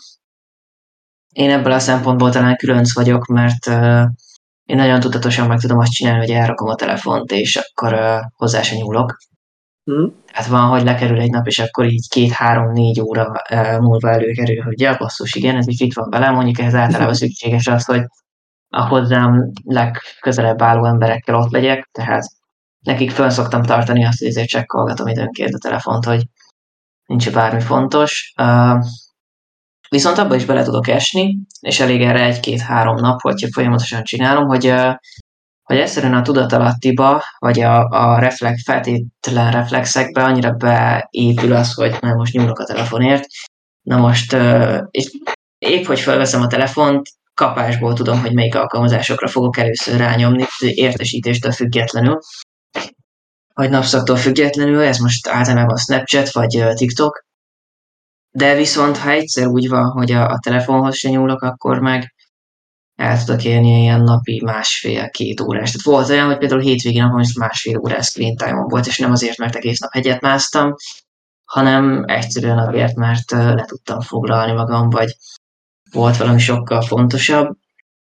én ebből a szempontból talán különc vagyok, mert én nagyon tudatosan meg tudom azt csinálni, hogy elrakom a telefont, és akkor hozzá se nyúlok. Tehát van, hogy lekerül egy nap, és akkor így 2-3-4 óra múlva előkerül, hogy ja, basszus, igen, ez is itt van velem, mondjuk ehhez általában szükséges az, hogy a hozzám legközelebb álló emberekkel ott legyek, tehát nekik föl szoktam tartani azt, hogy ezért csekkolgatom időnként a telefont, hogy nincs bármi fontos. Viszont abba is bele tudok esni, és elég erre 1-2-3 nap, hogyha folyamatosan csinálom, hogy egyszerűen a tudatalattiba, vagy a feltétlen reflexekbe annyira beépül az, hogy már most nyúlok a telefonért. Na most, és épp hogy felveszem a telefont, kapásból tudom, hogy melyik alkalmazásokra fogok először rányomni, értesítéstől függetlenül, vagy napszaktól függetlenül, ez most általában Snapchat vagy TikTok, de viszont ha egyszer úgy van, hogy a telefonhoz se nyúlok, akkor meg el tudok élni ilyen napi 1,5-2 órás. Tehát volt olyan, hogy például hétvégén napon is 1,5 órás screen time-om volt, és nem azért, mert egész nap hegyet másztam, hanem egyszerűen azért, mert le tudtam foglalni magam, vagy volt valami sokkal fontosabb,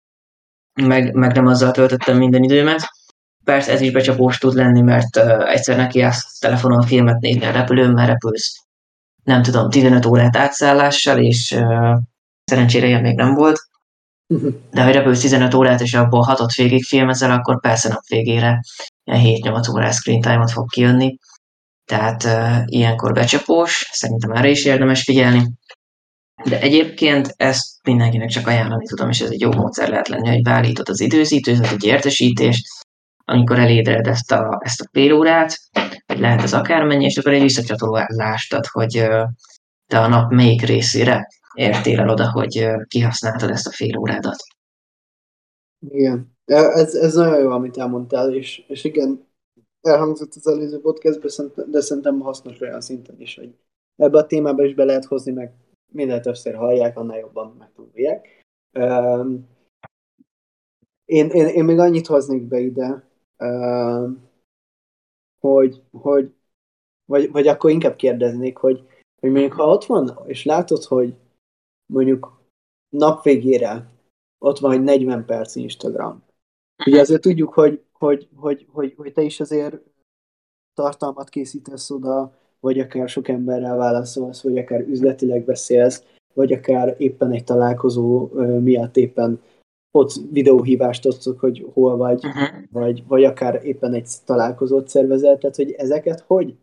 meg nem azzal töltöttem minden időmet. Persze ez is becsapós tud lenni, mert egyszer nekiállsz telefonon filmet nézni a repülőn, mert repülsz, nem tudom, 15 órát átszállással, és szerencsére ilyen még nem volt. De ha repülsz 15 órát, és abból 6-ot végig filmezel, akkor persze nap végére 7-8 órás screen time-ot fog kijönni. Tehát ilyenkor becsapós, szerintem erre is érdemes figyelni. De egyébként ezt mindenkinek csak ajánlani tudom, és ez egy jó módszer lehet lenni, hogy beállítod az időzítőt, az egy értesítést, amikor eléred ezt a fél órát, vagy lehet ez akármennyi, és akkor egy visszacsatolást ad, hogy te a nap melyik részére értél el oda, hogy kihasználtad ezt a fél órádat. Igen. Ez nagyon jó, amit elmondtál, és igen, elhangzott az előző podcastben, de szerintem hasznos olyan szinten is, hogy ebbe a témába is be lehet hozni, meg minél többször hallják, annál jobban megtanulják. Én még annyit hoznék be ide, vagy akkor inkább kérdeznék, hogy mondjuk ha ott van, és látod, hogy mondjuk nap végére ott van, hogy 40 perc Instagram. Ugye azért tudjuk, hogy te is azért tartalmat készítesz oda, vagy akár sok emberrel válaszolsz, vagy akár üzletileg beszélsz, vagy akár éppen egy találkozó miatt éppen ott videóhívást adsz, hogy hol vagy, vagy akár éppen egy találkozót szervezel, tehát hogy ezeket hogy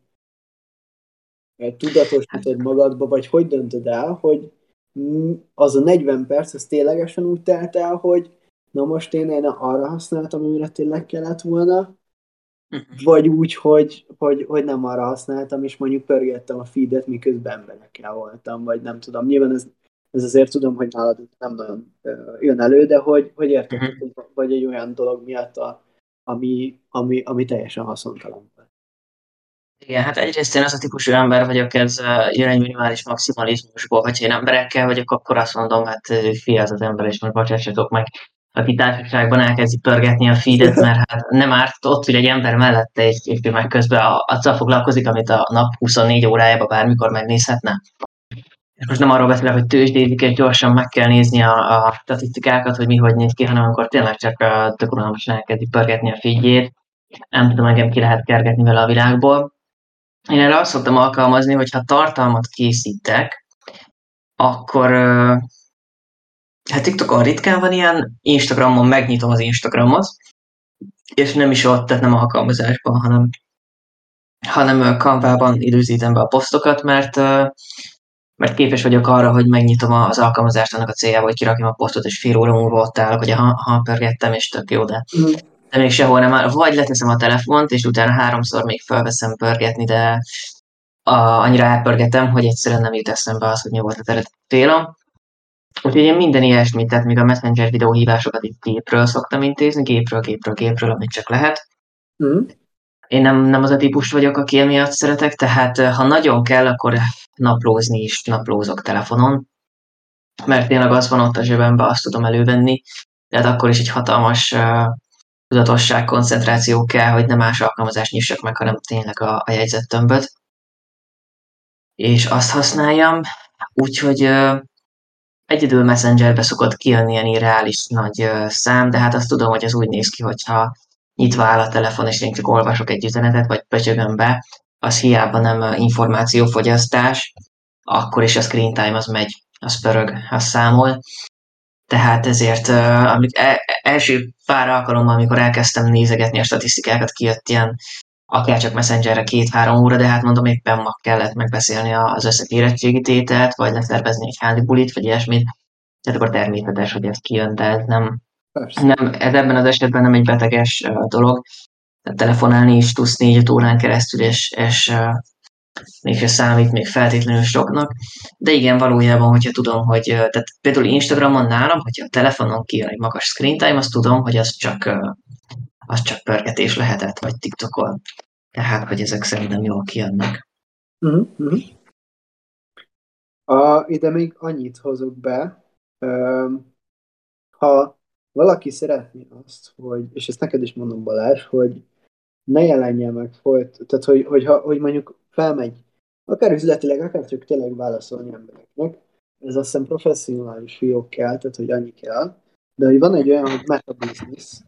tudatosítod magadba, vagy hogy döntöd el, hogy az a 40 perc, az ténylegesen úgy telt el, hogy na most én arra használtam, amire tényleg kellett volna, vagy úgy, hogy nem arra használtam, és mondjuk pörgettem a feedet, miközben emberekkel voltam, vagy nem tudom. Nyilván ez azért tudom, hogy nálad nem nagyon jön elő, de hogy érted, vagy egy olyan dolog miatt, ami teljesen haszontalan. Igen, hát egyrészt én az a típusú ember vagyok, ez jön egy minimális maximalizmusból, hogyha én emberekkel vagyok, akkor azt mondom, hát fia az ember, és most bocsássatok meg, aki társaságban elkezdi pörgetni a feedet, mert hát nem árt, ott ül egy ember mellette, és meg közben azzal foglalkozik, amit a nap 24 órájában bármikor megnézhetne. És most nem arról beszélek, hogy tőzsdézik, és gyorsan meg kell nézni a statisztikákat, hogy mi hogy néz ki, hanem amikor tényleg csak tök unalmasan elkezdi pörgetni a feedjét, nem tudom, engem ki lehet kergetni vele a világból. Én erre azt szoktam alkalmazni, hogy ha tartalmat készítek, akkor hát TikTokon ritkán van ilyen, Instagramon megnyitom az Instagramot, és nem is ott, tehát nem alkalmazásban, hanem Canvában időzítem be a posztokat, mert képes vagyok arra, hogy megnyitom az alkalmazást annak a céljával, hogy kirakjam a posztot, és fél óra múlva ott állok, hogy pörgettem, és tök jó, de még sehol nem áll. Vagy leteszem a telefont, és utána 3-szor még felveszem pörgetni, de annyira elpörgetem, hogy egyszerűen nem jut eszembe az, hogy mi volt az eredeti célom. Úgyhogy én minden ilyesmit, tehát még a Messenger videóhívásokat itt gépről szoktam intézni, gépről, amit csak lehet. Én nem az a típus vagyok, aki emiatt szeretek, tehát ha nagyon kell, akkor naplózni is naplózok telefonon, mert tényleg az van ott a zsebemben, azt tudom elővenni, tehát akkor is egy hatalmas tudatosság, koncentráció kell, hogy nem más alkalmazást nyissak meg, hanem tényleg a jegyzettömböt, és azt használjam, úgyhogy egyedül Messengerbe szokott kijönni ilyen irreális nagy szám, de hát azt tudom, hogy az úgy néz ki, hogyha nyitva áll a telefon, és én csak olvasok egy üzenetet, vagy pötyögöm be, az hiába nem információfogyasztás, akkor is a screen time az megy, az pörög, az számol. Tehát ezért első pár alkalommal, amikor elkezdtem nézegetni a statisztikákat, kijött ilyen akár csak Messengerre 2-3 óra, de hát mondom, éppen ma kellett megbeszélni az összekérettségi tételt, vagy leszervezni egy házi bulit, vagy ilyesmit. Tehát akkor természetes, hogy ez kijön, de ez ez ebben az esetben nem egy beteges dolog. Tehát telefonálni is tudsz 4-5 órán keresztül, és mégse számít még feltétlenül soknak. De igen, valójában, hogyha tudom, hogy tehát például Instagramon nálam, hogyha a telefonon kijön egy magas screen time, azt tudom, hogy az csak pörgetés lehetett, vagy TikTokon. Tehát, hogy ezek szerintem jól kijönnek. Ide még annyit hozok be, ha valaki szeretné azt, hogy, és ezt neked is mondom, Balázs, hogy ne jelenjen meg tehát hogy mondjuk felmegy, akár üzletileg, akár csak tényleg válaszolni embereknek, ez azt hiszem professzionális fiók kell, tehát hogy annyi kell, de hogy van egy olyan, hogy Meta Business,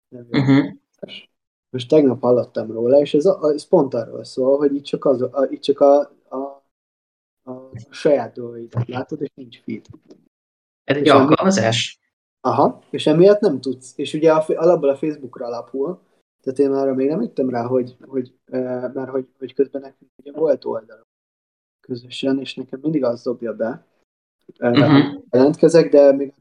most tegnap hallottam róla, és ez pont arról szól, hogy itt csak a saját dolgaidat látod, és nincs feed. Ez egy alkalmazás? Aha, és emiatt nem tudsz. És ugye alapból a Facebookra alapul, tehát én már még nem jöttem rá, hogy közben nekünk ugye volt oldalon közösen, és nekem mindig az dobja be, jelentkezek, de még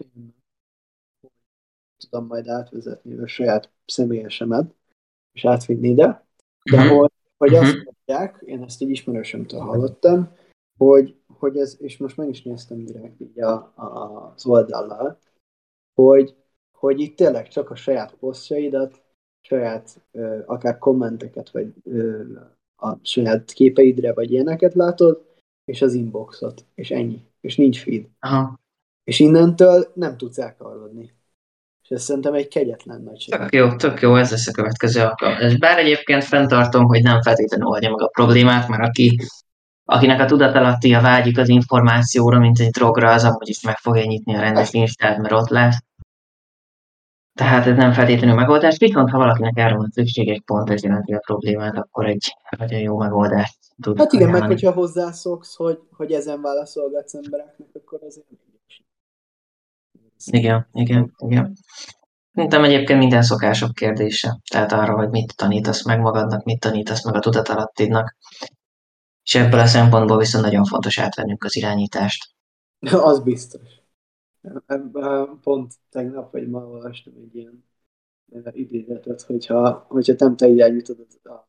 tudom majd átvezetni a saját személyesemet, és átvinni ide, de hogy azt mondják, én ezt egy ismerősömtől hallottam, hogy ez, és most meg is néztem direkt így az oldallal, hogy itt tényleg csak a saját posztjaidat, saját akár kommenteket, vagy a saját képeidre, vagy ilyeneket látod, és az inboxot, és ennyi. És nincs feed. Aha. És innentől nem tudsz elkanyarodni. És ez szerintem egy kegyetlen nagy segítség. Tök jó, ez lesz a következő alkalmazás. Bár egyébként fenntartom, hogy nem feltétlenül oldja meg a problémát, mert akinek a tudatalattia vágyik az információra, mint egy drogra, az amúgy is meg fogja nyitni a rendes Instát, mert ott lesz. Tehát ez nem feltétlenül megoldás, viszont ha valakinek erre van szükség, egy pont ez jelenti a problémát, akkor egy nagyon jó megoldást tud Hát igen, meg hogyha hozzászoksz, hogy ezen válaszolgatsz embereknek, akkor azért igen. Szerintem egyébként minden szokások kérdése. Tehát arra, hogy mit tanítasz meg magadnak, mit tanítasz meg a tudatalattidnak. És ebből a szempontból viszont nagyon fontos átvennünk az irányítást. Az biztos. Pont tegnap vagy ma olvastam egy ilyen idézetet, hogyha nem te irányítod a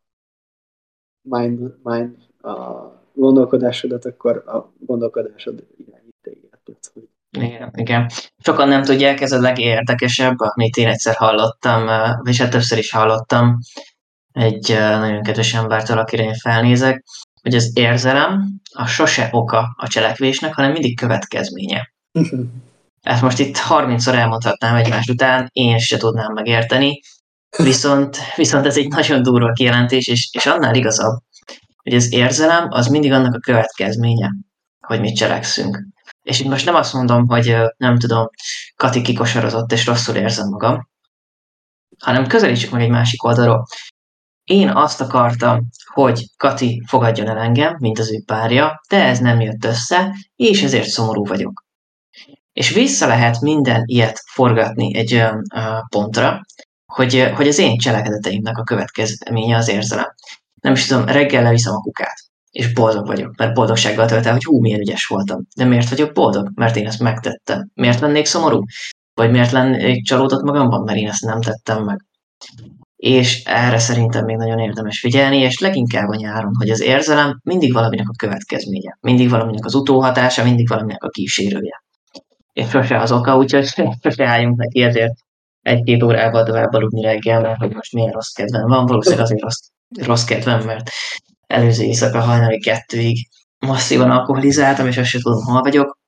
a gondolkodásodat, akkor a gondolkodásod irányít téged. Igen. Sokan nem tudják, ez a legérdekesebb, amit én egyszer hallottam, és hát többször is hallottam egy nagyon kedves embertől, akire én felnézek, hogy az érzelem a sose oka a cselekvésnek, hanem mindig következménye. Ezt most itt 30-szor elmondhatnám egymás után, én se tudnám megérteni, viszont ez egy nagyon durva kijelentés, és annál igazabb, hogy az érzelem az mindig annak a következménye, hogy mit cselekszünk. És itt most nem azt mondom, hogy nem tudom, Kati kikosarozott és rosszul érzem magam, hanem közelítsük meg egy másik oldalról. Én azt akartam, hogy Kati fogadjon el engem, mint az ő párja, de ez nem jött össze, és ezért szomorú vagyok. És vissza lehet minden ilyet forgatni egy olyan pontra, hogy az én cselekedeteimnek a következménye az érzelem. Nem is tudom, reggel leviszem a kukát, és boldog vagyok, mert boldogsággal tölt el, hogy milyen ügyes voltam. De miért vagyok boldog? Mert én ezt megtettem. Miért lennék szomorú? Vagy miért lennék csalódott magamban? Mert én ezt nem tettem meg. És erre szerintem még nagyon érdemes figyelni, és leginkább a nyáron, hogy az érzelem mindig valaminek a következménye, mindig valaminek az utóhatása, mindig valaminek a kísérője. És sose az oka, úgyhogy sose álljunk neki ezért 1-2 órával tovább aludni reggel, mert hogy most milyen rossz kedvem van. Valószínűleg azért rossz kedvem, mert előző éjszaka hajnali 2-ig masszívan alkoholizáltam, és azt sem tudom, hol vagyok.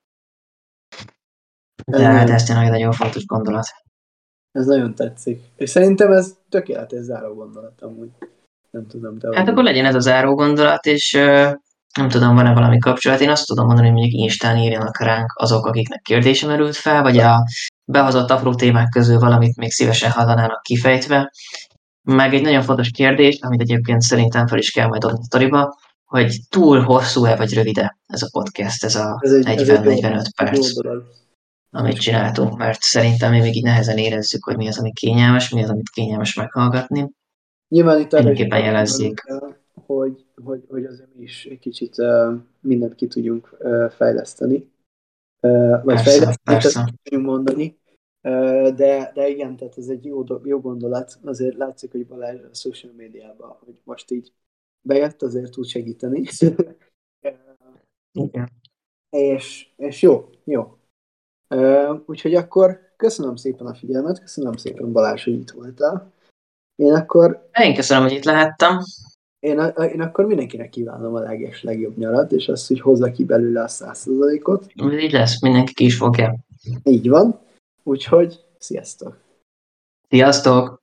De hát ez tényleg egy nagyon fontos gondolat. Ez nagyon tetszik. És szerintem ez tökéletes záró gondolat amúgy. Nem tudom, de Hát akkor legyen ez a záró gondolat, és nem tudom, van-e valami kapcsolat. Én azt tudom mondani, hogy mondjuk Instán írjanak ránk azok, akiknek kérdése merült fel, vagy a behozott apró témák közül valamit még szívesen hallanának kifejtve. Meg egy nagyon fontos kérdés, amit egyébként szerintem fel is kell majd adni a sztoriba, hogy túl hosszú-e vagy rövid-e ez a podcast, ez a 40-45 perc, amit csináltunk, mert szerintem mi még így nehezen érezzük, hogy mi az, ami kényelmes, mi az, amit kényelmes meghallgatni. Nyilván itt arra is Mindenképpen jelezzék. hogy azért mi is egy kicsit mindent ki tudjunk fejleszteni. Vagy fejleszteni, ezt tudjunk mondani. De igen, tehát ez egy jó gondolat. Azért látszik, hogy Balázs a social médiában, hogy most így bejött, azért tud segíteni. Igen. És jó. Úgyhogy akkor köszönöm szépen a figyelmet, köszönöm szépen Balázs, hogy itt voltál. Én köszönöm, hogy itt lehettem. Én akkor mindenkinek kívánom a legjobb nyarat, és azt, hogy hozza ki belőle a 100%-ot. Így lesz, mindenki ki is fogja. Így van. Úgyhogy, sziasztok! Sziasztok!